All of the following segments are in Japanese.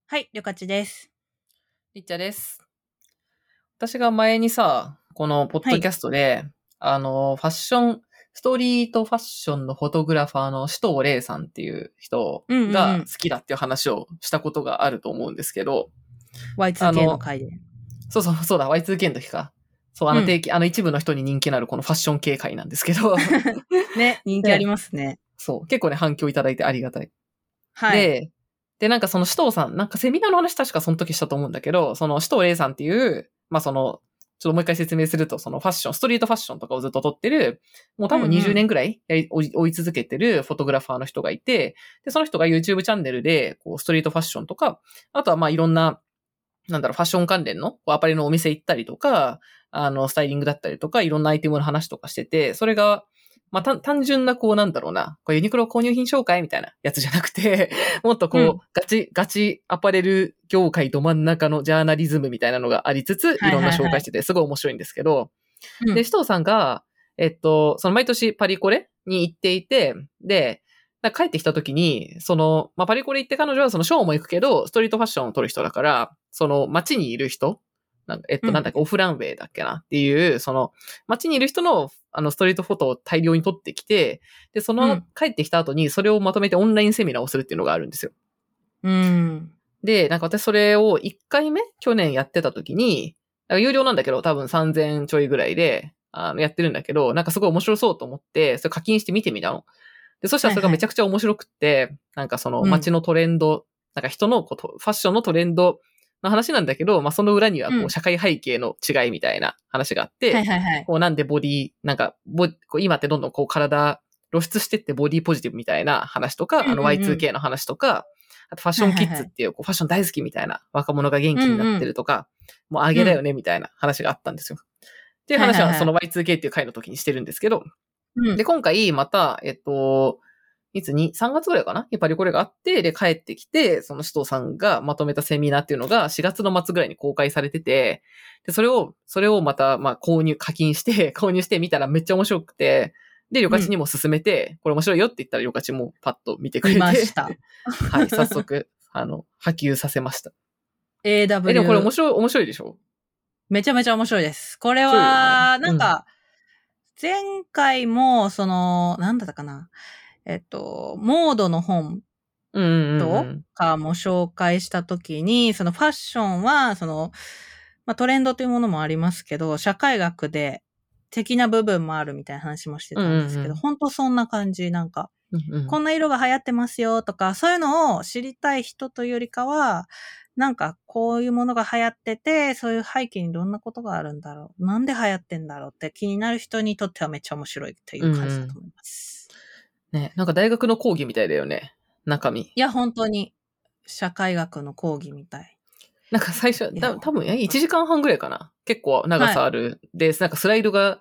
はい、りょかちです。 りっちゃです。私が前にさ、このポッはい。 ドキャストで、ファッション、ストリートファッションのフォトグラファーの首藤玲さんっていう人うんうんうん。 が好きだっていう話をしたことがあると思うんですけど、あ Y2K のの、 回で。 そうだ、Y2K の時か。そう、 うん。 一部の人に人気のあるこのファッション系界なんですけど、 ね、人気ありで、 ますね。 そう、結構ね、反響いただいてありがたい。 はい。 で、なんかその首藤さん、なんかセミナーの話確かその時したと思うんだけど、その首藤玲さんっていう、ちょっともう一回説明すると、そのファッション、ストリートファッションとかをずっと撮ってる、もう多分20 うんうん。 年ぐらい追い続けてるフォトグラファーの人がいて、で、その人が YouTube チャンネルで、こう、ストリートファッションとか、あとはまあいろんな、ファッション関連のアパレルのお店行ったりとか、スタイリングだったりとか、いろんなアイテムの話とかしてて、それが、まあ、単純な、こう、これユニクロ購入品紹介みたいなやつじゃなくて、もっとうん。 こう、ガチアパレル業界ど真ん中のジャーナリズムみたいなのがありつつ、いはいろんなはいはい。 紹介してて、すごい面白いんですけど、で、 うん。 首藤さんが、その毎年パリコレに行っていて、で、帰ってきた時に、まあ、パリコレ行って彼女はそのショーも行くけど、ストリートファッションを撮る人だから、その街にいる人、 うん。 オフランウェイだっけなっていう、その、街にいる人の、ストリートフォトを大量に撮ってきて、で、その、 うん。 帰ってきた後にそれをまとめてオンラインセミナーをするっていうのがあるんですよ。 うん。 で、なんか私それを1回目去年やってた時に、有料なんだけど多分3000ちょいぐらいで、やってるんだけど、なんかすごい面白そうと思って、それ課金して見てみたの。で、そしたらそれがはいはい。 めちゃくちゃ面白くって、なんかそのうん。 街のトレンド、なんか人のファッションのトレンドの話なんだけど、まあその裏にはうん。 こう社会背景の違いみたいな話があっはいて、 はいはい。 こうなんでボディ、なんかこう今ってどんどんこう体露出してってボディポジティブみたいな話とか、 うんうんうん。 Y2K の話とか、あとファッションキッはいはいはい。 ズっていうこうファッション大好きみたいな若者が元う気になっんうん。 てるとか、もうあげうん。 だよねみたいな話があったんですよ。っていうはい話はそのはいはい。 Y2K っていう回の時にしてるんですけど、で、 うん。 今回また、いつに、3月ぐらいかなやっぱりこれがあって、で、帰ってきて、その首藤さんがまとめたセミナーっていうのが4月の末ぐらいに公開されてて、で、それをまた、まあ、課金して、購入してみたらめっちゃ面白くて、で、旅うん。 客にも勧めて、これ面白いよって言ったら旅客もパッと見てく見れて、 ました。 はい、早速、波及させました。でもこれ AW。 面白いでしょ？ めちゃめちゃ面白いです。これ面白いよね。 は、なうん。 んか、前回も、なんだったかな。モードの本うんうんうとんかも紹介したときに、そのファッションは、まあ、トレンドというものもありますけど、社会学で的な部分もあるみたいな話もしてうん。 たんですけど、 うんうん本当そんな感じ、なんか、 うん。うんうん。 こんな色が流行ってますよとか、そういうのを知りたい人というよりかは、なんかこういうものが流行ってて、そういう背景にどんなことがあるんだろう。なんで流行ってんだろうって気になる人にとってはめっちゃ面白いっていううんうん。 感じだと思います。 ね、なんか大学の講義みたいだよね。中身。 いや、本当に社会学の講義みたい。 なんか最初、 いや、 多分1時間半ぐらいかな。結構長はい。 さある。で、なんかスライドが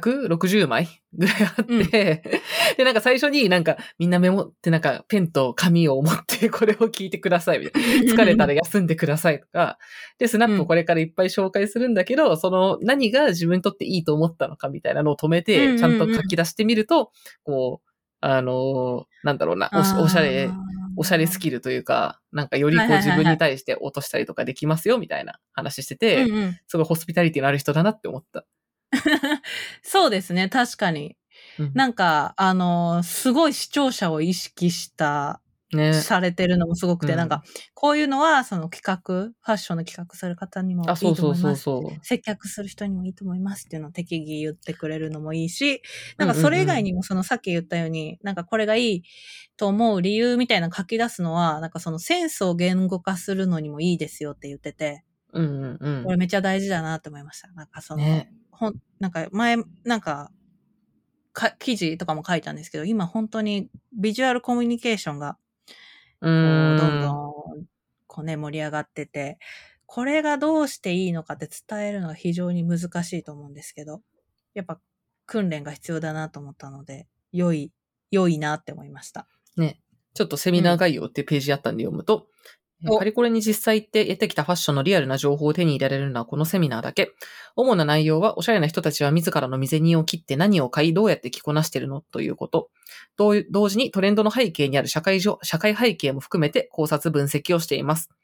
160枚ぐらいあっうん。 て、で、なんか最初になんかみんなメモってなんかペンと紙を持ってこれを聞いてくださいみたいな。疲れたら休んでくださいとか。で、スナップをうん。 これからいっぱい紹介するんだけど、その何が自分にとっていいと思ったのかみたいなのを止めうんて、ちゃんとうんうん。 書き出してみると、こう、なんだろうな、おしゃれスキああ。 ルというか、なんかよりはいこう自分はいはいはい。 に対して落としたりとかできますよみたいな話してて、 うんうん。 すごいホスピタリティのある人だなって思った。 そうですね、確かに。 うん。 なんか、すごい視聴者を意識ね。 されてるのもすごくて、なんか、 うん。 こういうのは、ファッションの企画する方にもあ、 いいそうそうそうと思います。 そ接客する人にもいいと思いますっていうのを適宜言ってくれるのもいいし、 う。うんなんかそれ以うんうん。 外にもそのさっき言ったように、なんかこれがいいと思う理由みたいなの書き出すのは、なんかそのセンスを言語化するのにもいいですよって言ってて、 うんうんうん。 これめっちゃ大事だなって思いました。なんかね。 なんかなんか記事とかも書いたんですけど、今本当にビジュアルコミュニケーションが、 うこう、どんどーん。 ん、こうね、盛り上がってて、これがどうしていいのかって伝えるのが非常に難しいと思うんですけど、やっぱ訓練が必要だなと思ったので、良いなって思いました。 ね。ちょっとセミうん。 ナー概要っていうページあったんで読むと、パお、 リコレに実際行って得てきたファッションのリアルな情報を手に入れられるのはこのセミナーだけ。主な内容は、おしゃれな人たちは自らの身銭を切って何を買い、どうやって着こなしているのということ。同時にトレンドの背景にある社会背景も含めて考察分析をしています。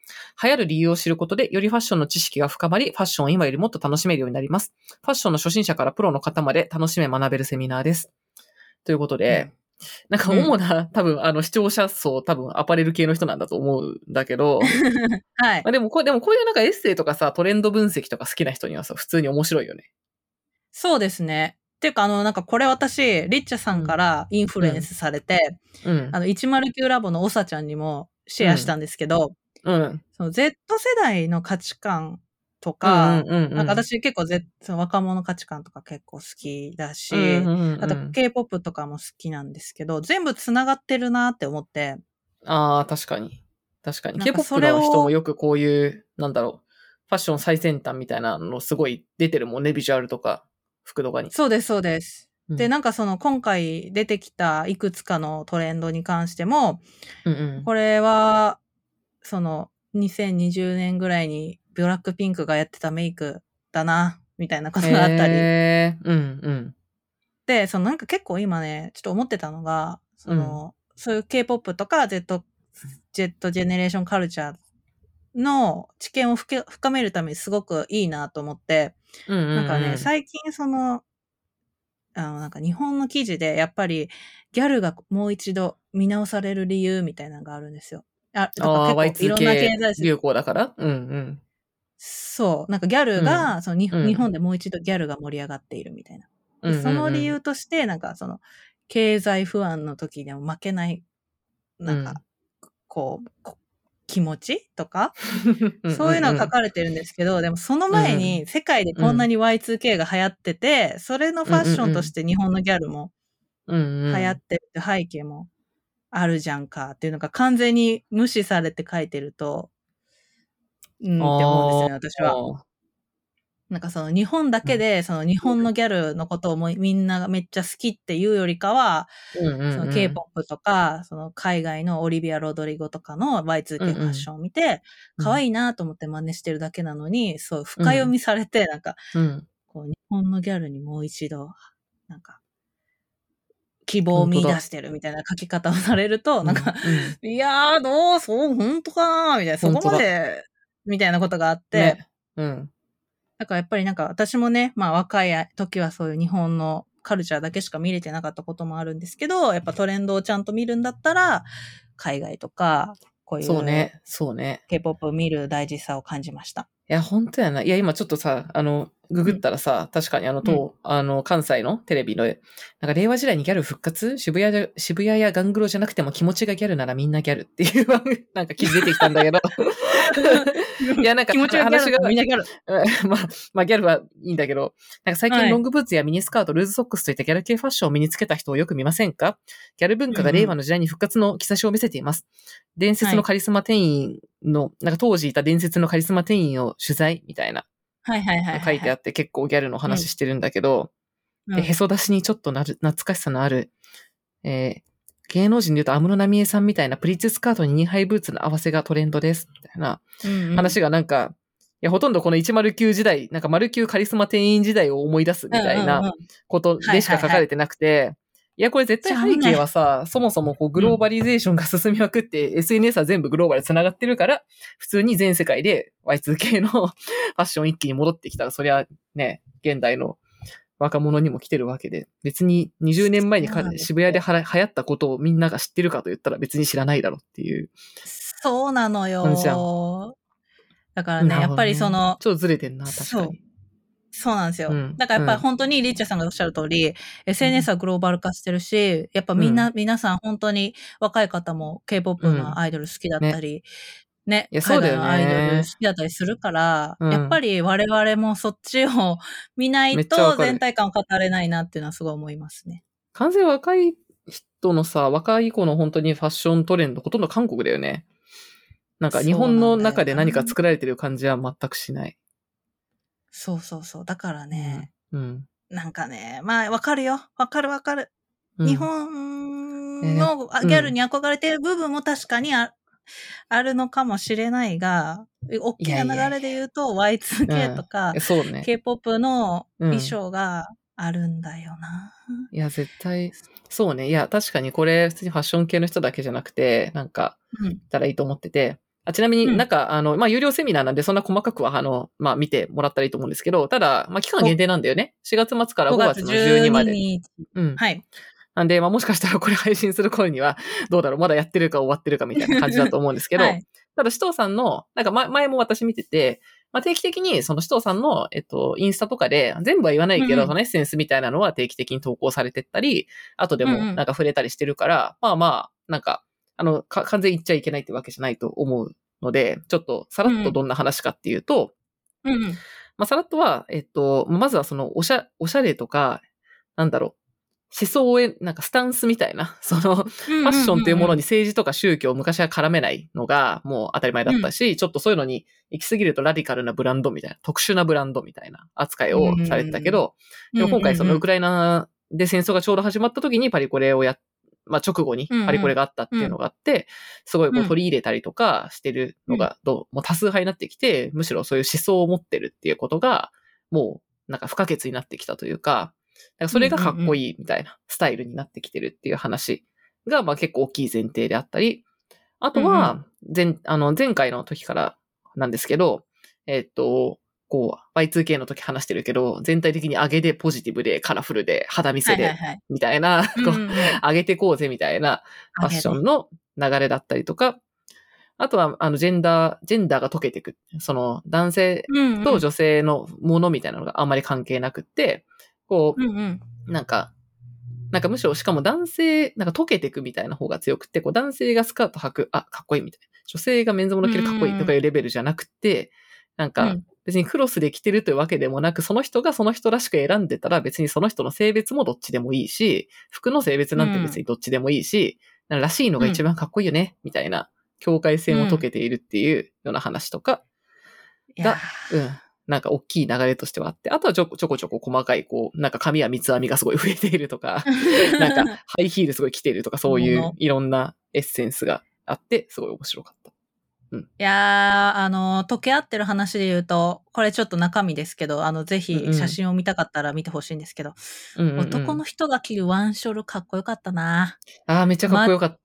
流行る理由を知ることで、よりファッションの知識が深まり、ファッションを今よりもっと楽しめるようになります。ファッションの初心者からプロの方まで楽しめ学べるセミナーです。ということで、なんか主な、多分視聴者層多分アパレル系の人なんだと思うんだけど、 はい。 まあでもこういうなんかエッセイとかさ、トレンド分析とか好きな人にはさ、普通に面白いよね。 そうですね。っていうか、なんかこれ私、リッチャさんからインフルエンスされて、109ラボのオサちゃんにもシェアしたんですけど、その Z 世代の価値観とか、なんか私結構その若者価値観とか結構好きだし、あと K-POP とかも好きなんですけど、全部繋がってるなって思って。 ああ、確かに。確かに。 なんか K-POP の人もよくこういう、なんだろう、ファッション最先端みたいなのすごい出てるもんね、ビジュアルとか、服とかに。 そうです、そうです。で、なんかその今回出てきたいくつかのトレンドに関しても、これは、その2020年ぐらいにブラックピンクがやってたメイクだな、みたいなことがあったり。で、そのなんか結構今ね、ちょっと思ってたのが、そういう K-POP とか Z ジェネレーションカルチャーの知見を深めるためにすごくいいなと思って、なんかね、最近なんか日本の記事でやっぱりギャルがもう一度見直される理由みたいなのがあるんですよ。だから結構いろんな経済流行だからそう。なんかギャルが、日本でもう一度ギャルが盛り上がっているみたいな。でその理由として、なんか経済不安の時でも負けない、なんか、気持ちとか、そういうのが書かれてるんですけど、でもその前に世界でこんなに Y2K が流行ってて、それのファッションとして日本のギャルも流行ってるって背景もあるじゃんかっていうのが完全に無視されて書いてると、って思うんですよね、私は。なんか日本だけで、日本のギャルのことをみんながめっちゃ好きっていうよりかは、K-POP とか、海外のオリビア・ロドリゴとかの Y2K ファッションを見て、可愛いなと思って真似してるだけなのに、そう、深読みされて、なんか、日本のギャルにもう一度、なんか、希望を見出してるみたいな書き方をされると、なんか、いやー、本当かなみたいな、そこまで、みたいなことがあって、だからやっぱりなんか私もね、まあ若い時はそういう日本のカルチャーだけしか見れてなかったこともあるんですけど、やっぱトレンドをちゃんと見るんだったら、海外とか、こういう、K-POP を見る大事さを感じました。 いや、本当やな。いや、今ちょっとさ、ググったらさ、確かに関西のテレビの、なんか令和時代にギャル復活渋谷やガングロじゃなくても気持ちがギャルならみんなギャルっていうなんか記事出てきたんだけど。いや、なんか気持ちがギャルみんなギャル。 まあギャルはいいんだけど、なんか最近ロングブーツやミニスカート、ルーズソックスといったギャル系ファッションを身につけた人をよく見ませんか？ギャル文化が令和の時代に復活の兆しを見せています。伝説のカリスマ店員の、なんか当時いた伝説のカリスマ店員を取材みたいな。書いてあって結構ギャルの話してるんだけど、でへそ出しにちょっと懐かしさのある、芸能人で言うと安室奈美恵さんみたいなプリーツスカートにニーハイブーツの合わせがトレンドです。みたいな話がなんか、いや、ほとんどこの109時代、なんか109カリスマ店員時代を思い出すみたいなことでしか書かれてなくて、いや、これ絶対背景はさ、そもそもグローバリゼーションが進みまくって、SNS は全部グローバルで繋がってるから、普通に全世界で Y2K のファッション一気に戻ってきたら、そりゃね、現代の若者にも来てるわけで、別に20年前に渋谷で流行ったことをみんなが知ってるかと言ったら別に知らないだろっていう。 そうなのよ。だからね、やっぱりちょっとずれてんな、確かに。 そうなんですよ。だからやっぱり本当にリッチャさんがおっしゃる通り、SNS はグローバル化してるし、やっぱ皆さん本当に若い方も K-POP のアイドル好きだったり、ね、海外のアイドル好きだったりするから、やっぱり我々もそっちを見ないと全体感を語れないなっていうのはすごい思いますね。 完全若い人のさ、若い子の本当にファッショントレンド、ほとんど韓国だよね。なんか日本の中で何か作られてる感じは全くしない。 そう。だからね、なんかね、まあわかるよ。わかる。日本のギャルに憧れてる部分も確かにあるのかもしれないが、大きな流れで言うと Y2K とか K-POP の衣装があるんだよな。 いや、絶対、そうね。いや、確かにこれ普通にファッション系の人だけじゃなくて、なんか、たらいいと思ってて、 ちなみにうんなんか、有料セミナーなんでそんな細かくは、見てもらったらいいと思うんですけど、ただ、期間限定なんだよね。4月末から 5 5 月月の12 12 まで。 日。 うん。 はい。 なんで、もしかしたらこれ配信する頃には、どうだろう、まだやってるか終わってるかみたいな感じだと思うんですけど、 はい。 ただ、首藤さんの、なんか前も私見てて、定期的にその首藤さんの、インスタとかで、全部は言わないけど、 うんうん。 そのエッセンスみたいなのは定期的に投稿されてったり、後でうんうん。 もなんか触れたりしてるから、なんか、完全に言っちゃいけないってわけじゃないと思うので、ちょっとさらっとどんな話かっていうと、 うんうん。 さらっとは、まずはそのおしゃれとか、なんだろう、思想へ、なんかスタンスみたいな、その、フうんうんァッションというものにうん政治とか宗教を昔は絡めないのがもう当たり前だうん。 ったし、ちょっとそういうのに行き過ぎるとラディカルなブランドみたいな、特殊なブランドみたいな扱いうん。 をされてたけど、 うんうんでも今回そのうん。 ウクライナで戦争がちょうど始まった時にパリコレを直後にパリコレうんうん。 があったっていうのうん。 があって、すごいこうんう取り入れたりとかしてるのがもう多数派になってきて、むしろそういう思想を持ってるっていうことが、もうなんか不可欠になってきたというか、それがかっこいいみたいなスタイルになってきてるっていう話が、結構大きい前提であったり、あとは、前回の時からなんですけど、こう、Y2K の時話してるけど、全体的に上げでポジティブでカラフルで肌見せで、 はいはいはい。 みたいな、 うんこう、 うんうん。 上げてこうぜみたいなファッあげね。 ションの流れだったりとか、あとは、ジェンダーが溶けていく。その、男性とうんうん。 女性のものみたいなのがあんまり関係なくって、こうんうん。 う、なんかむしろしかも男性、なんか溶けていくみたいな方が強くって、こう男性がスカート履く、かっこいいみたいな。女性がメンズものうん着るかっこいいとかいうレベルじゃなくて、なんかうん。 別にクロスで着てるというわけでもなく、その人がその人らしく選んでたら別にその人の性別もどっちでもいいし、服の性別なんて別にどっちでもいいし、らしいのが一番かっこいいよね、みたいな境界線を解けているっていうような話とかいやが、なんか大きい流れとしてはあって、あとはちょこちょこ細かい、こう、なんか髪は三つ編みがすごい増えているとか、なんかー。 ハイヒールすごい着ているとか、そういういろんなエッセンスがあって、すごい面白かった。 いやー、溶け合ってる話で言うと、これちょっと中身ですけど、ぜひ写真を見たかったら見てほしいんですけど、男の人が着るワンショルかっこよかったな。 めっちゃかっこよかった。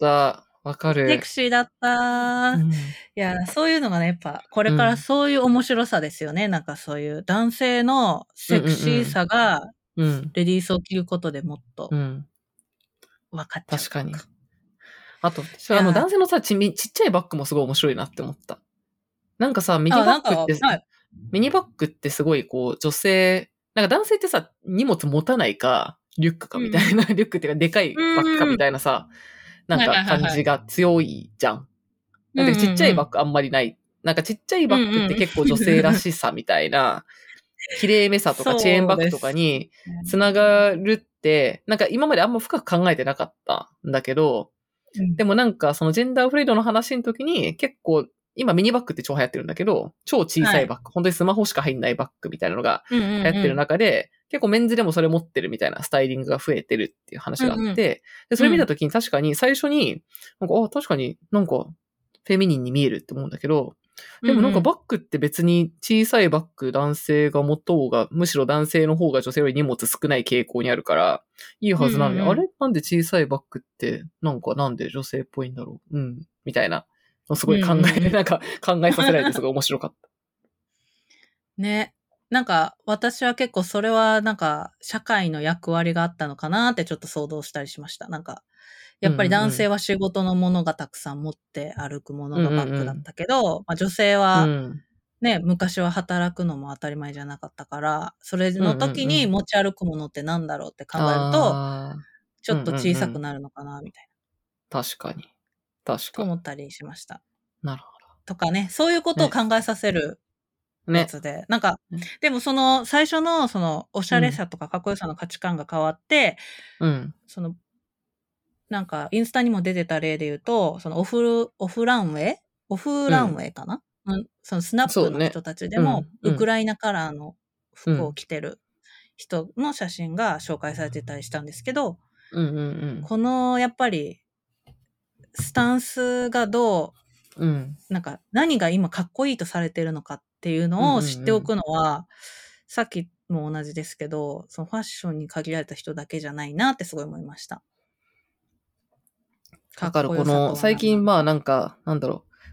わかる。 セクシーだった。いや、そういうのがね、やっぱ、これからそういう面白さですよね。なんかそういう男性のセクシーさが、レディースを着ることでもっと分かっちゃう確かに。 というか。 あと、男性のさ、ちっちゃいバッグもすごい面白いなって思った。なんかさ、ミニバッグってすごいこう、女性、なんか男性ってさ、荷物持たないか、リュックかみたいな、リュックっていうかでかいバッグかみたいなさ、なんか感じが強いじゃん。なんかちっちゃいバッグあんまりない。なんかちっちゃいバッグって結構女性らしさみたいな、綺麗めさとかチェーンバッグとかにつながるって、なんか今まであんま深く考えてなかったんだけど、でもなんかそのジェンダーフリードの話の時に結構、今ミニバッグって超流行ってるんだけど、超小さいバッグ、本当にスマホしか入んないバッグみたいなのが流行ってる中で、結構メンズでもそれ持ってるみたいなスタイリングが増えてるっていう話があって、でそれ見た時に確かに最初に、なんか、確かになんかフェミニンに見えるって思うんだけど、でもなんかバッグって別に小さいバッグ男性が持とうが、むしろ男性の方が女性より荷物少ない傾向にあるから、いいはずなのに、あれなんで小さいバッグって、なんで女性っぽいんだろうみたいな。すごいなんか考えさせられてすごい面白かった。 ね。なんか、私は結構それはなんか、社会の役割があったのかなってちょっと想像したりしました。なんか、やっぱり男性は仕事のものがたくさん持って歩くものがバッグだったけど、女性はね、昔は働くのも当たり前じゃなかったから、それの時に持ち歩くものってなんだろうって考えると、ちょっと小さくなるのかな、みたいな。確かに。 と思ったりしました。 なるほど。 とかね、そういうことを考えさせるやつで。なんか、でもその最初のそのおしゃれさとかかっこよさの価値観が変わって、その、なんかインスタにも出てた例で言うと、そのオフランウェイかな、そのスナップの人たちでも、ウクライナカラーの服を着てる人の写真が紹介されてたりしたんですけど、このやっぱりスタンスがなんか何が今かっこいいとされてるのかっていうのを知っておくのは、さっきも同じですけど、そのファッションに限られた人だけじゃないなってすごい思いました。 わかる。この、最近なんだろう。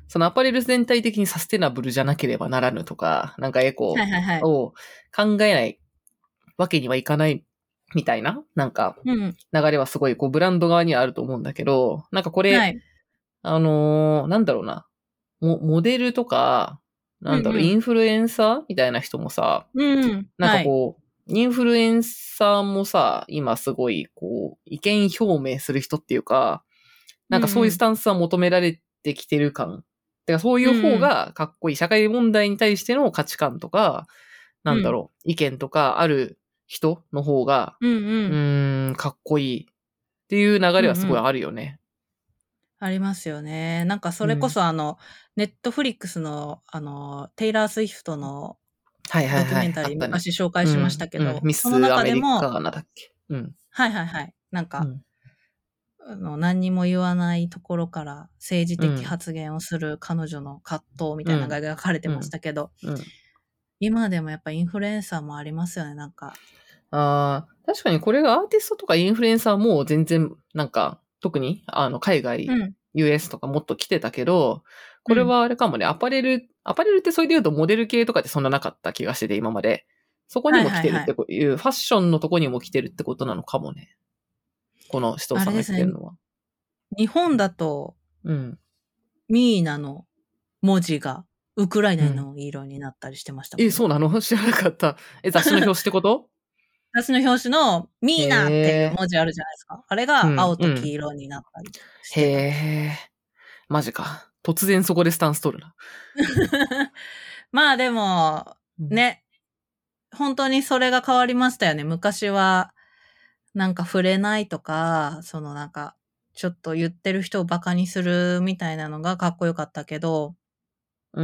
そのアパレル全体的にサステナブルじゃなければならぬとか、なんかエコはいはいはい。 を考えないわけにはいかないみたいな、なんかうん。 流れはすごいこうブランド側にはあると思うんだけど、なんかこれ、 はい。 なんだろうな、モデルとか、なんだろう、イうんうん。 ンフルエンサーみたいな人もさ、 うん。 なんかはい。 こう、インフルエンサーもさ、今すごい、こう、意見表明する人っていうか、なんかそういうスうんうん。 タンスは求められてきてる感。てかそういう方うんうん。 がかっこいい。社会問題に対しての価値観とか、なうん。 んだろう、意見とかある人の方が、 うんうん。 かっこいいっていう流れはすごいうんうん。 あるよね。 ありますよね。なんかそうん。 れこそネットフリックスのテイラー・スウィフトのはいはいはい。 ドキュメンタリーあったね。 昔紹介しましうん。うん。 たけど、 ミそのスアメリ中でも、 カーナだっけ。うん。 はいはいはい。なんか、 うん。 何にも言わないところから政治的うん。 発言をする彼女の葛藤みたいなのうん。 が描かれてましうん。 たけど、 うん。 今でもやっぱインフルエンサーもありますよね、なんか。 ああ、確かにこれがアーティストとかインフルエンサーも全然、なんか、特に、海外、 うん。 US とかもっと来てたけど、これうん。 はあれかもね、アパレルってそれで言うとモデル系とかってそんななかった気がしてて、今まで。そこにも来てるっはいはいはい。 ていう、ファッションのとこにも来てるってことなのかもね。この首藤さんが言っあれですね、 てるのは。 日本だとうん。 ミーナの文字がウクライナうん。 の色になったりしてましたもえ、 んね。 そうなの知らなかった。雑誌の表紙ってこと？ 雑誌の表紙のミへーナっていうえ。 文字あるじゃないですか。あれうん、 が青と黄うん。 色になったりしへてた。 え。マジか。突然そこでスタンス取るな。 まあでも、 うん。 ね、本当にそれが変わりましたよね。昔は、なんか触れないとか、なんか、ちょっと言ってる人をバカにするみたいなのがかっこよかったけど、 うん。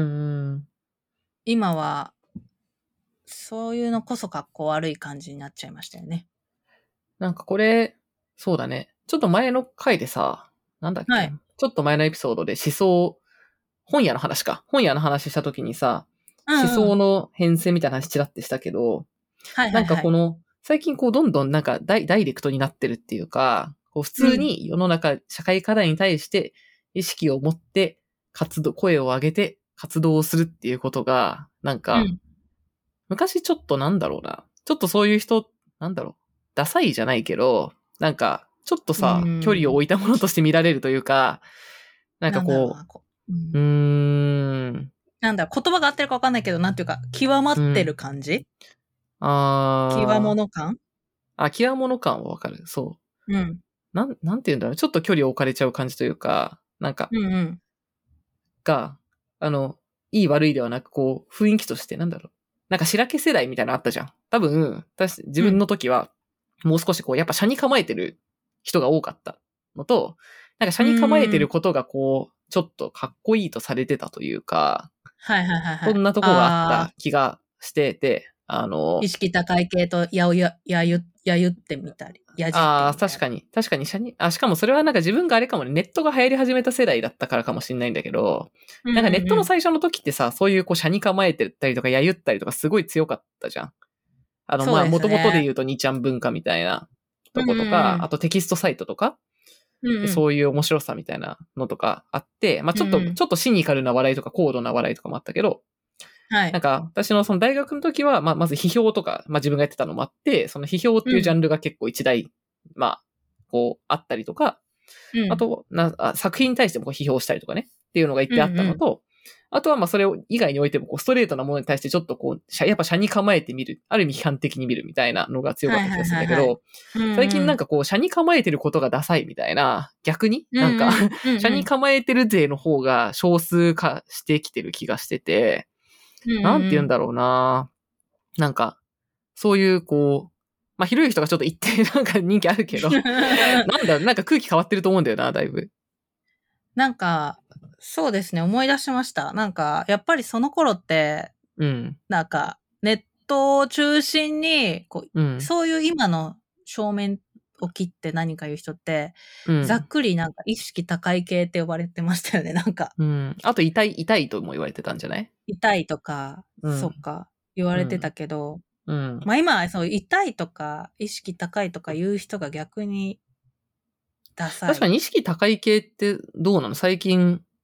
今は、そういうのこそかっこ悪い感じになっちゃいましたよね。 なんかこれ、そうだね。ちょっと前の回でさ、なんだっけはい。 ちょっと前のエピソードで思想、本屋の話か。本屋の話した時にさ、思想うんうん。 の変遷みたいな話ちらってしたけど、なんかはいはいはい。 この、最近こうどんどんなんかダイレクトになってるっていうか、こう普通うん。 に世の中、社会課題に対して意識を持って声を上げて活動をするっていうことが、なんか、 うん。 昔ちょっとなんだろうな。ちょっとそういう人、なんだろう。ダサいじゃないけど、なんか、ちょっとうさ、距離をーん。 置いたものとして見られるというか、なんかこなんだろうな、 う、 なんだろう、言葉が合ってるかわかんないけど、なんていうか、極まってるうん、 感じ極あ物感極物感はわかる。そうん。 う。なんて言うんだろう。ちょっと距離を置かれちゃう感じというか、なんか、 うんうん。 が、いい悪いではなく、こう、雰囲気として、なんだろう。なんか白毛世代みたいなのあったじゃん。多分、自分うん。 の時は、もう少しこう、やっぱ車に構えてる人が多かったのと、なんか車うに構えてーん。 ることがこう、ちょっとかっこいいとされてたというか、 はいはいはいはい。 そんなとこがあったああ、 気がしてて、 意識高い系とやゆってみたり、やじってみたり。 確かにしかもそれはなんか自分があれかもね、ネットが流行り始めた世代だったからかもしれないんだけど、 うんなんかネッうんうん。 トの最初の時ってさ、そういうこう、車に構えてたりとか、やゆったりとかすごい強かったじゃん。 そうで元々ですね。 言うと2ちゃん文化みたいなとうんことか、あうんとテキストサイトとか、 うんうん。 そういう面白さみたいなのとかあって、まあうんうん。 ちょっとシニカルな笑いとか高度な笑いとかもあったけど、 はい。 なんか、私のその大学の時は、まず批評とか、自分がやってたのもあって、その批評っていうジャうん。 ンルが結構一大、こう、あったりとか、 うん。 あと、作品に対してもこう批評したりとかね、っていうのが言ってあっうんうん。 たのと、あとはそれ以外においてもこうストレートなものに対してちょっとこう、やっぱ車に構えてみる、ある意味批判的に見るみたいなのが強かっはいはいた気がするんはいはい。 だけど、 うん最近うん。 なんかこう、車に構えてることがダサいみたいな、逆にうんなんかうん。うん車にうん。 構えてる勢の方が少数化してきてる気がしてて、 うんうんなんてうん。 言うんだろうな。なんか、そういうこう、ひろゆきとかちょっと一定なんか人気あるけど、なんか空気変わってると思うんだよな、だいぶ。 なんか、そうですね、思い出しました。なんか、やっぱりその頃って、 うん。 なんか、ネットを中心に、 うん。 そういう今の正面を切って何か言う人って、ざっうん。 くりなんか意識高い系って呼ばれてましたよね。なんか、 うん。あと痛いとも言われてたんじゃない？ 痛いとか、 うん。 そっか、言われてたうん。 けど、 うん。 今、そう、痛いとか、意識高いとか言う人が逆にダサい。 確かに意識高い系ってどうなの？最近、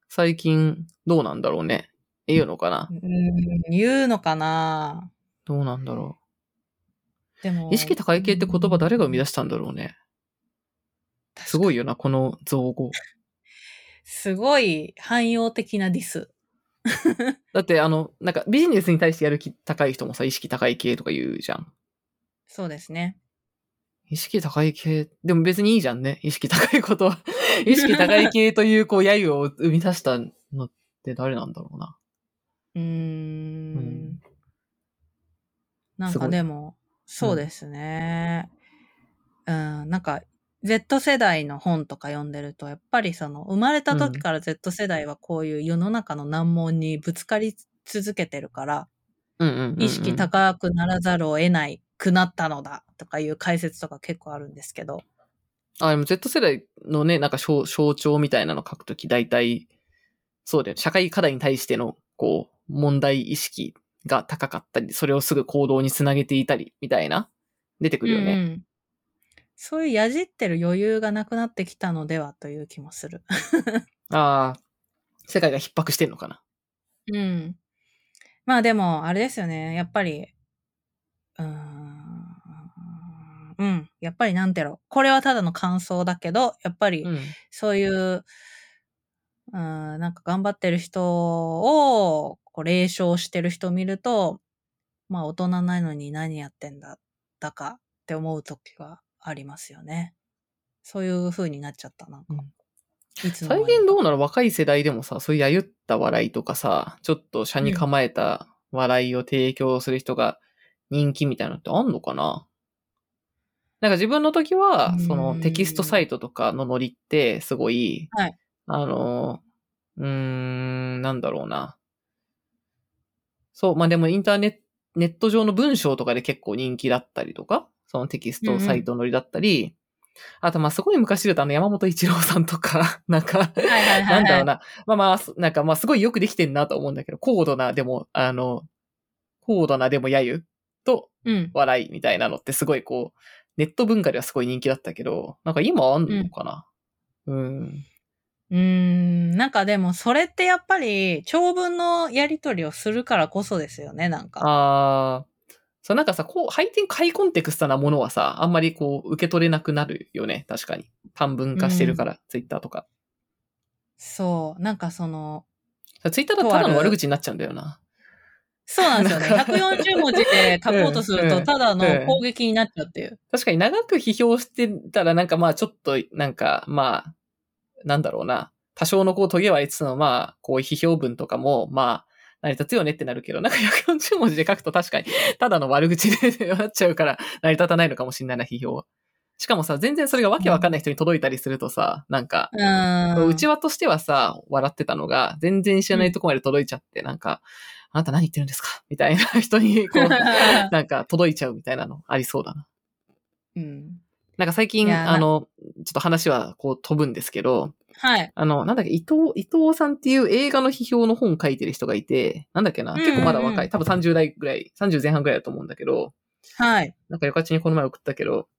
最近どうなんだろうね。言うのかな。 言うのかな。 どうなんだろでう。意識も、 高い系って言葉誰が生み出したんだろうね。すごいよな、この造語。 すごい汎用的なディス。 だってなんかビジネスに対してやる気高い人もさ、意識高い系とか言うじゃん。 そうですね。 意識高い系、でも別にいいじゃんね。意識高いことは。意識高い系というこう、揶揄を生み出したのって誰なんだろうな。 なんすごい。 かでも、そうですね。なんか、Z 世代の本とか読んでると、やっぱりその、生まれた時から Z 世代はこういう世の中の難問にぶつかり続けてるから、意識高くならざるを得ないくなったのだとかいう解説とか結構あるんですけど。 でも Z 世代のね、なんか象徴みたいなの書くとき、大体、そうだよね。社会課題に対しての、こう、問題意識が高かったり、それをすぐ行動につなげていたり、みたいな、出てくるよね。 そういうやじってる余裕がなくなってきたのではという気もする。 世界が逼迫してんのかな。 まあでも、あれですよね。やっぱり、やっぱりなんていうの。これはただの感想だけど、やっぱり、そういう、なんか頑張ってる人を、こう、冷笑してる人を見ると、まあ大人ないのに何やってんだかって思う時はありますよね。そういう風になっちゃった、なんか。いつの間にか。 最近どうなの？若い世代でもさ、そういうやゆった笑いとかさ、ちょっと車に構えた笑いを提供する人が人気みたいなのってあんのかな？なんか自分の時は、そのテキストサイトとかのノリってすごい、 はい。 なんだろうな。そう、まあでもネット上の文章とかで結構人気だったりとか、そのテキストサイトノリだったり、あとまあすごい昔で言うと山本一郎さんとか、なんか、なんだろうな。なんかまあすごいよくできてんなと思うんだけど、高度なでも揶揄と笑いみたいなのってすごいこう、ネット文化ではすごい人気だったけど、なんか今あんのかな？ なんかでもそれってやっぱり長文のやり取りをするからこそですよね、なんか。 そうなんかさ、こう、ハイコンテクストなものはさ、あんまりこう、受け取れなくなるよね、確かに。短文化してるから、ツイッターとか。 そう、なんかその、 ツイッターだとただの悪口になっちゃうんだよな。 そうなんですよね。140文字で書こうとすると、ただの攻撃になっちゃうっていう。 確かに長く批評してたら、なんかまあちょっと、なんかまあ、なんだろうな。多少のこう、トゲはありつつの、まあ、こういう批評文とかも、まあ、成り立つよねってなるけど、なんか140文字で書くと確かに、ただの悪口でなっちゃうから、成り立たないのかもしれないな、批評は。しかもさ、全然それがわけわかんない人に届いたりするとさ、なんか、内輪としてはさ、笑ってたのが、全然知らないとこまで届いちゃって、なんか、あなた何言ってるんですかみたいな人に、こう、なんか届いちゃうみたいなのありそうだな。なんか最近、ちょっと話はこう飛ぶんですけど、 はい。 なんだっけ、伊藤さんっていう映画の批評の本書いてる人がいて、なんだっけな、結構まだ若い、多分30代ぐらい、30前半ぐらいだと思うんだけど、 はい。 なんかよかちにこの前送ったけど、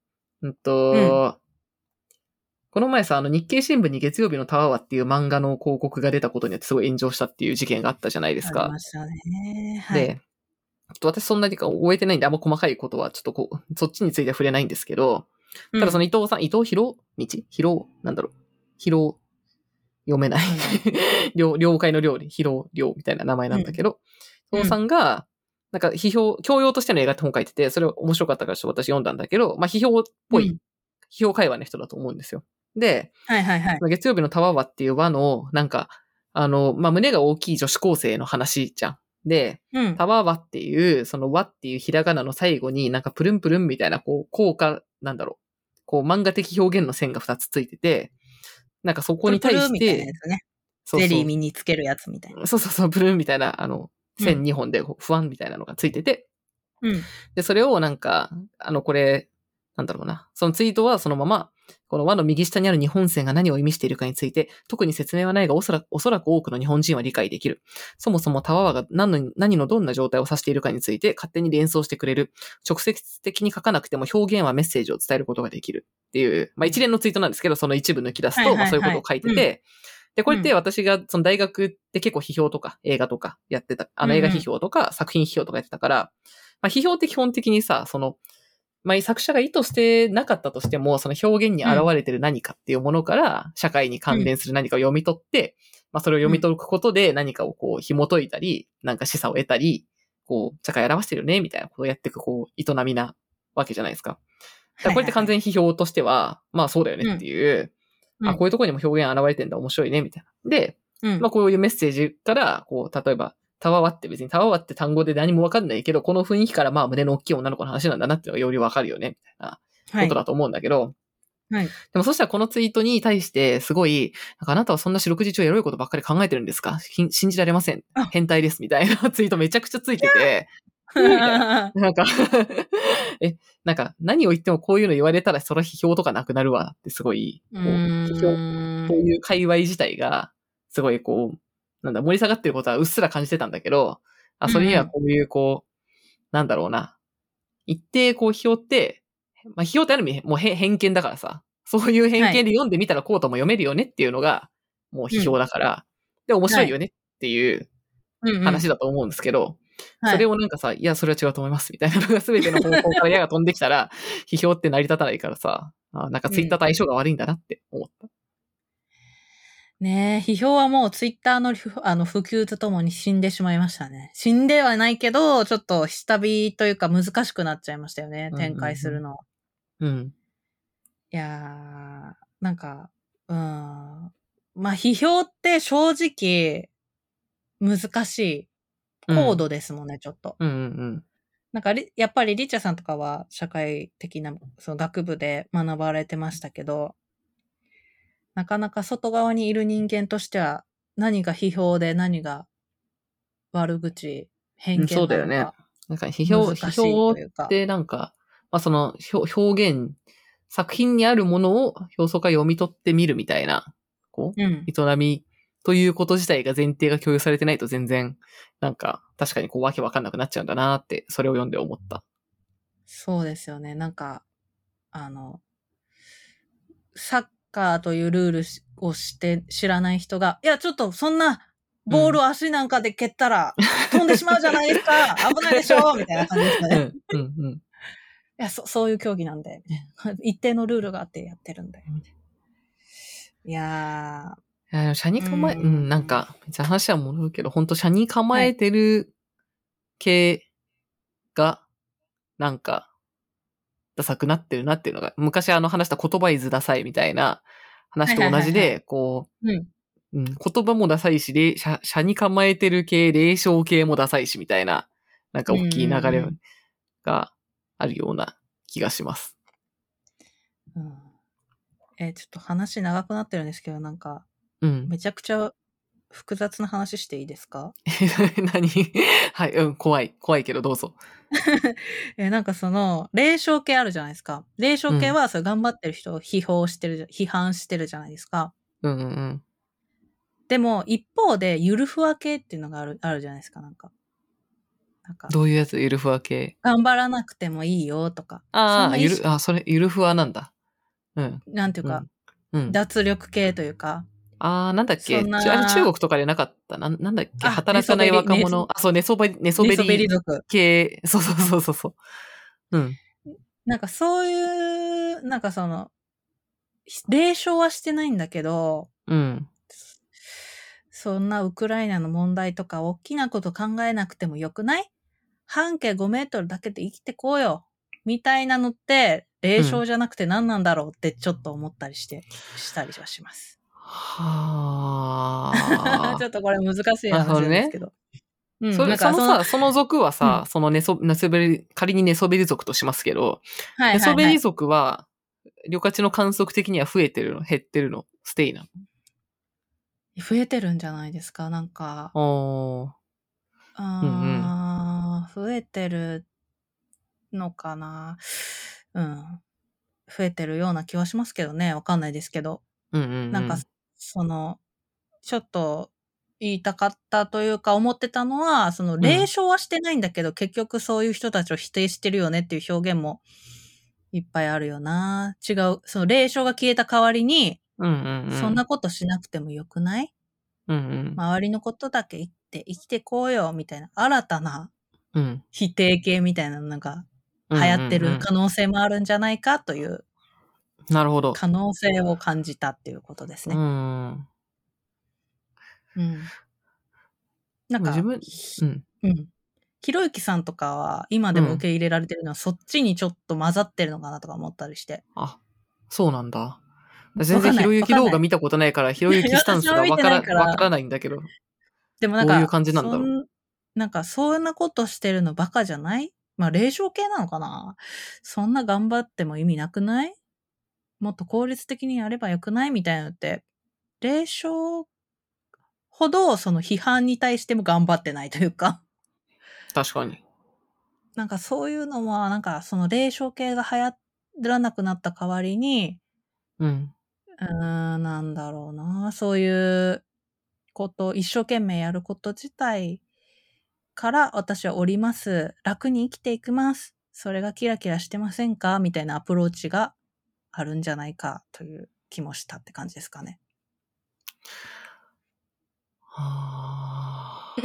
この前さ、日経新聞に月曜日のタワーワっていう漫画の広告が出たことによってすごい炎上したっていう事件があったじゃないですか。 ありましたね。はい。 で、ちょっと私そんなにか覚えてないんで、あんま細かいことはちょっとこう、そっちについては触れないんですけど、ただその伊藤さん、伊藤博道なんだろう。広読めない。了解の了で、広良みたいな名前なんだけど、伊藤さんが、なんか教養としての映画って本書いてて、それ面白かったからちょっと私読んだんだけど、まあ批評っぽい、批評会話の人だと思うんですよ。で、月曜日のタワーワっていう輪の、なんか、まあ、胸が大きい女子高生の話じゃん。で、タワーワっていう、その輪っていうひらがなの最後になんかプルンプルンみたいな、こう、効果、なんだろう。こう、漫画的表現の線が2つついてて、なんかそこに対して、 プルプルみたいなやつね。ゼリー身につけるやつみたいな。 そう、プルンみたいな、線2本で不安みたいなのがついてて、で、それをなんか、これ、なんだろうな。そのツイートはそのまま、この輪の右下にある日本線が何を意味しているかについて、特に説明はないがおそらく多くの日本人は理解できる。そもそもタワーが何のどんな状態を指しているかについて勝手に連想してくれる。直接的に書かなくても表現はメッセージを伝えることができる。っていう、まあ一連のツイートなんですけど、その一部抜き出すと、まあそういうことを書いてて、 で、これって私がその大学で結構批評とか映画とかやってた、映画批評とか作品批評とかやってたから、まあ批評って基本的にさ、まあ作者が意図してなかったとしても、その表現に現れてる何かっていうものから、社会に関連する何かを読み取って、まあそれを読み取ることで何かをこう紐解いたり、なんか示唆を得たり、こう、社会表してるよね、みたいなことをやっていく、こう、営みなわけじゃないですか。だからこれって完全に批評としては、まあそうだよねっていう、こういうところにも表現現れてんだ、面白いね、みたいな。で、まあこういうメッセージから、こう、例えば、たわわって別にたわわって単語で何もわかんないけど、この雰囲気からまあ胸の大きい女の子の話なんだなっていうのがよりわかるよね、みたいなことだと思うんだけど、 はい。 でもそしたらこのツイートに対してすごい、なんかあなたはそんな四六時中エロいことばっかり考えてるんですか？信じられません。変態です。みたいなツイートめちゃくちゃついてて、みたいな。なんかなんか何を言ってもこういうの言われたらそれは批評とかなくなるわってすごい、こう、批評という界隈自体が、すごいこう、なんだ、盛り下がってることはうっすら感じてたんだけど、それにはこういうこう、なんだろうな。一定こう批評って、まあ批評ってある意味もう偏見だからさ、そういう偏見で読んでみたらこうとも読めるよねっていうのが、もう批評だから、で、面白いよねっていう話だと思うんですけど、それをなんかさ、いや、それは違うと思います、みたいなのが全ての方向から矢が飛んできたら、批評って成り立たないからさ、なんかツイッターと相性が悪いんだなって思った。 ねえ、批評はもうツイッターの普及とともに死んでしまいましたね。死んではないけど、ちょっと下火というか難しくなっちゃいましたよね、展開するの。 うん。 いやー、なんか、まあ批評って正直難しい。高度ですもんね、ちょっと。なんかやっぱりリチャさんとかは社会的なその学部で学ばれてましたけど、なかなか外側にいる人間としては何が批評で何が悪口、偏見なのか。 そうだよね。なんか批評ってなんか、まあその表現、作品にあるものを表層から読み取ってみるみたいな、こう、営みということ自体が前提が共有されてないと全然、なんか確かにこうわけわかんなくなっちゃうんだなって、それを読んで思った。 そうですよね。なんか、サッカーというルールをして知らない人が、いや、ちょっとそんな、ボールを足なんかで蹴ったら、飛んでしまうじゃないですか危ないでしょみたいな感じですね。いや、そういう競技なんで、一定のルールがあってやってるんだよ、みたいな。いやー。車に構え、なんか、めっちゃ話は戻るけど、本当車に構えてる系が、なんか、ダサくなってるなっていうのが、昔話した言葉いずダサいみたいな話と同じで、こう、言葉もダサいし、車に構えてる系、霊障系もダサいしみたいな、なんか大きい流れがあるような気がします。 ちょっと話長くなってるんですけど、なんか、めちゃくちゃ複雑な話していいですか？ 何はい、怖いけどどうぞ。 なんか霊障系あるじゃないですか。霊障系は、頑張ってる人を批判してるじゃないですか。でも、一方で、ゆるふわ系っていうのがあるじゃないですか、なんか。 どういうやつ？ゆるふわ系。 頑張らなくてもいいよとか。 それ、ゆるふわなんだ。 なんていうか、脱力系というか。 なんだっけ中国とかでなかったなんだっけ働かない若者。そう、寝そべり族系。そう。 なんかそういう、なんか霊障はしてないんだけど、そんなウクライナの問題とか大きなこと考えなくてもよくない？半径5メートルだけで生きてこうよ。みたいなのって、霊障じゃなくて何なんだろうってちょっと思ったりしたりはします。 はちょっとこれ難しい話なんですけど。 その族はさ、仮に寝そべり族としますけど、寝そべり族は、旅客地の観測的には増えてるの？減ってるの？ステイなの？ 増えてるんじゃないですか、なんか。増えてるのかな。増えてるような気はしますけどね。わかんないですけど。なんか、ちょっと言いたかったというか思ってたのは、霊障はしてないんだけど、結局そういう人たちを否定してるよねっていう表現もいっぱいあるよな。違う。霊障が消えた代わりに、 うんうんうん。 そんなことしなくてもよくない？ うんうん。 周りのことだけ生きてこうよ、みたいな、新たなうん。 否定形みたいなのがうん流行ってうんる可能性もあるんじゃないかといううん。なるほど。 可能性を感じたっていうことですうね。 ん。 うん。なんか、 自分、うん。 うん。ひろゆきさんとかは今でも受うん。 け入れられてるのはそっちにちょっと混ざってるのかなとか思ったりして。 あ、そうなんだ。全然わかんない。 ひろゆきわかんない。 動画見たことないから、ひろゆきスタンス私も見てないから。 わからないんだけど、 でもなんか、 どういう感じなんだろなんかそんなことしてるのバカじゃない？まあ、霊障系なのかな？そんな頑張っても意味なくない？もっと効率的にやればよくない？みたいなのって、霊障ほどその批判に対しても頑張ってないというか。 う。確かに。 なんかそういうのは、なんかその霊障系が流行らなくなった代わりに、 うん。 なんだろうな、そういうこと、一生懸命やること自体から私はおります。楽に生きていきます。それがキラキラしてませんか？みたいなアプローチがあるんじゃないかという気もしたって感じですかね。 はあ。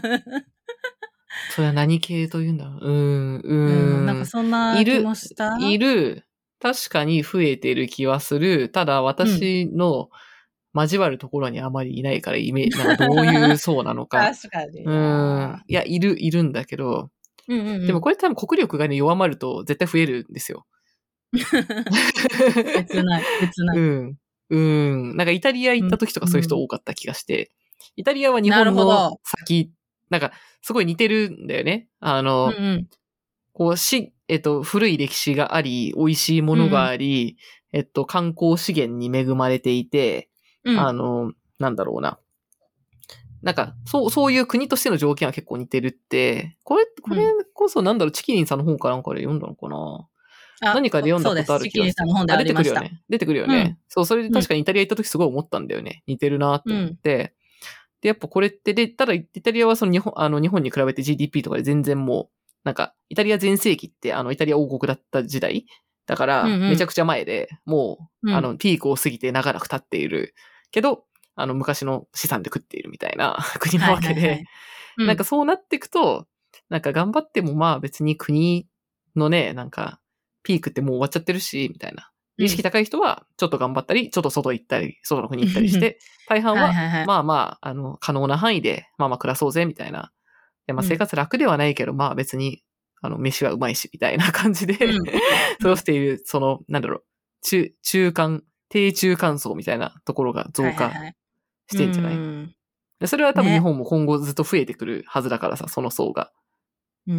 それは何系というんだろう。 なんかそんいる、 な気もした。 いる、確かに増えてる気はする。ただ私の交わるところにあまりいないからなんかどういう層なのか。 確かにな。 いや、いるんだけど、 うんうんうん。 でもこれ多分国力がね、弱まると絶対増えるんですよ。 切ない、切ない。 うん。なんかイタリア行った時とかそういう人多かった気がして、イタリアは日なる本のほど。 先、なんかすごい似てるんだよね。 うんうん。 こう古い歴史があり、美味しいものがうんうん。 あり、観光資源に恵まれていて、 うん。 なんだろうな。なんか、そういう国としての条件は結構似てるって、これこそなんだろう、チキリンさんの本かなんかで読んだのかな。 あ、 何かで読んだそうです。 ことあるチ気がする。 キリンさんの本であ、出ありました。 てくるよね。出てくるようん。 ね。そう、それでうん。 確かにイタリア行った時すごい思ったんだよね。似てるなって思っうん。 て。で、やっぱこれって、で、ただイタリアはその日本に比べて GDP とかで全然もう、なんか、イタリア全盛期ってイタリア王国だった時代だから、 うんうん。 めちゃくちゃ前で、もう、 うん。 ピークを過ぎて長らく経っている。けど、昔の資産で食っているみたいな国なはいわけで、 はいはい。うなんかん。 そうなっていくと、なんか頑張ってもまあ別に国のね、なんか、ピークってもう終わっちゃってるし、みたいな。 うん。 意識高い人は、ちょっと頑張ったり、ちょっと外行ったり、外の国行ったりして、大半は、 はいはいはい。 まあまあ、可能な範囲で、まあまあ暮らそうぜ、みたいな。で、まあ生うん。 活楽ではないけど、まあ別に、飯はうまいし、みたいな感じでうん。 過うん。 ごしている、なんだろう、低中間層みたいなところが増加はいはいはい。 しうてんじゃない？ ん。 でそれは多分日ね。 本も今後ずっと増えてくるはずだからさ、その層が。 うん。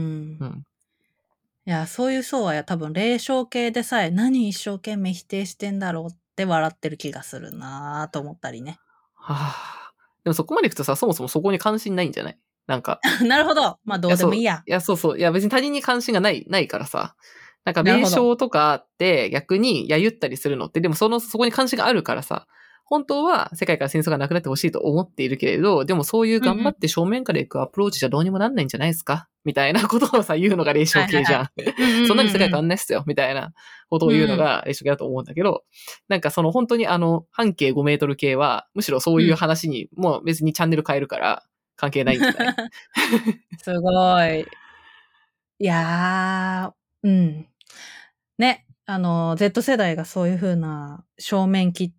うん。 いや、そういう層は多分霊障系でさえ何一生懸命否定してんだろうって笑ってる気がするなぁと思ったりね。 はあ。でもそこまで行くとさ、そもそもそこに関心ないんじゃない？なんか、 なるほど。まあどうでもいいや。 そうそう。いや、別に他人に関心がないからさ。なんか、名なるほど。 称とかって逆に、言ったりするのって、でもそこに関心があるからさ。本当は世界から戦争がなくなってほしいと思っているけれど、でもそういううんうん。 頑張って正面から行くアプローチじゃどうにもなんないんじゃないですかみたいなことをさ、言うのが霊はいはいはい。 障系じゃん。 うんうんそんなに世界うんうん。 変わんないっすよみたいなことをうんうん。 言うのが霊障系だと思うんだけど、なんかその本当に半径5メートル系は、むしろそういううん。 話に、もう別にチャンネル変えるから関係ないんじゃない？ すごい。いやー、うん。ね、Z 世代がそういう風な正面切って、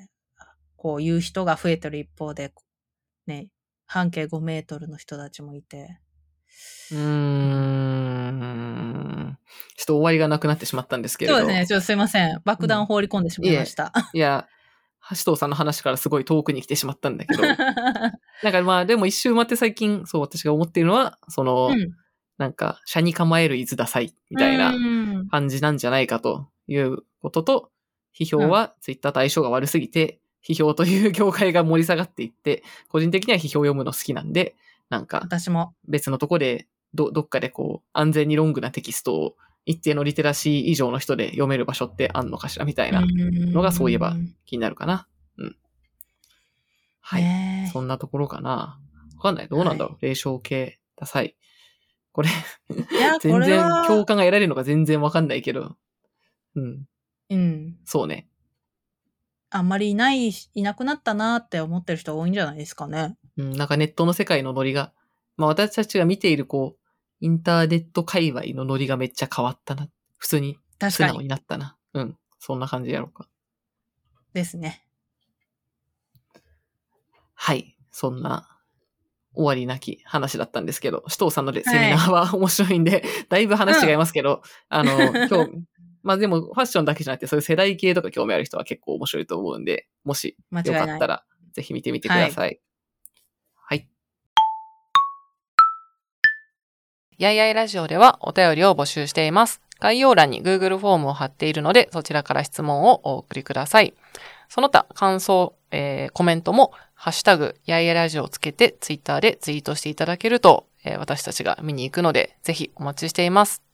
こう言う人が増えてる一方で、ね、半径5メートルの人たちもいて。 うーうん。 ん。ちょっと終わりがなくなってしまったんですけれど。 そうですね、ちょっとすいません。爆弾をうん。 放り込んでしいえ、 まいました。 いや、橋藤さんの話からすごい遠くに来てしまったんだけど、なんかまあでも一周回って最近、そう私が思っているのは、 うん。 なんか、車に構えるいつダサい、みうたいなーん。 感じなんじゃないかということと、批評うん。 はツイッターと相性が悪すぎて、批評という業界が盛り下がっていって、個人的には批評を読むの好きなんで、なんか、 私も。 別のとこで、どっかでこう、安全にロングなテキストを一定のリテラシー以上の人で読める場所ってあんのかしらみたいうーなのがそういえばん。 気になるかな。うん。はい。 ねえ。 そんなところかな。わかんない。どうなはい。 んだろう。霊障系、ダサい。これいや、こ全れ然共は、 感が得られるのか全然わかんないけど。うん。 うん。 そうね。 あんまりいなくなったなって思ってる人多いんじゃないですかね。 なんかネットの世界のノリが、まあ私たちが見ているインターネット界隈のノリがめっちゃ変わったな。普通に素直になったな。そんな感じやろうか。 ですね。 はい。そんな終わりなき話だったんですけど、首藤さんのセミナーは面白いんで、だいぶ話違いますけど、まあでもファッションだけじゃなくてそういう世代系とか興味ある人は結構面白いと思うんで、もしよかったらぜひ見てみてください。はい。やいやいラジオではお便りを募集しています。概要欄に Google フォームを貼っているので、そちらから質問をお送りください。その他、感想、コメントも、ハッシュタグ、やいやラジオをつけて、ツイッターでツイートしていただけると、私たちが見に行くので、ぜひお待ちしています。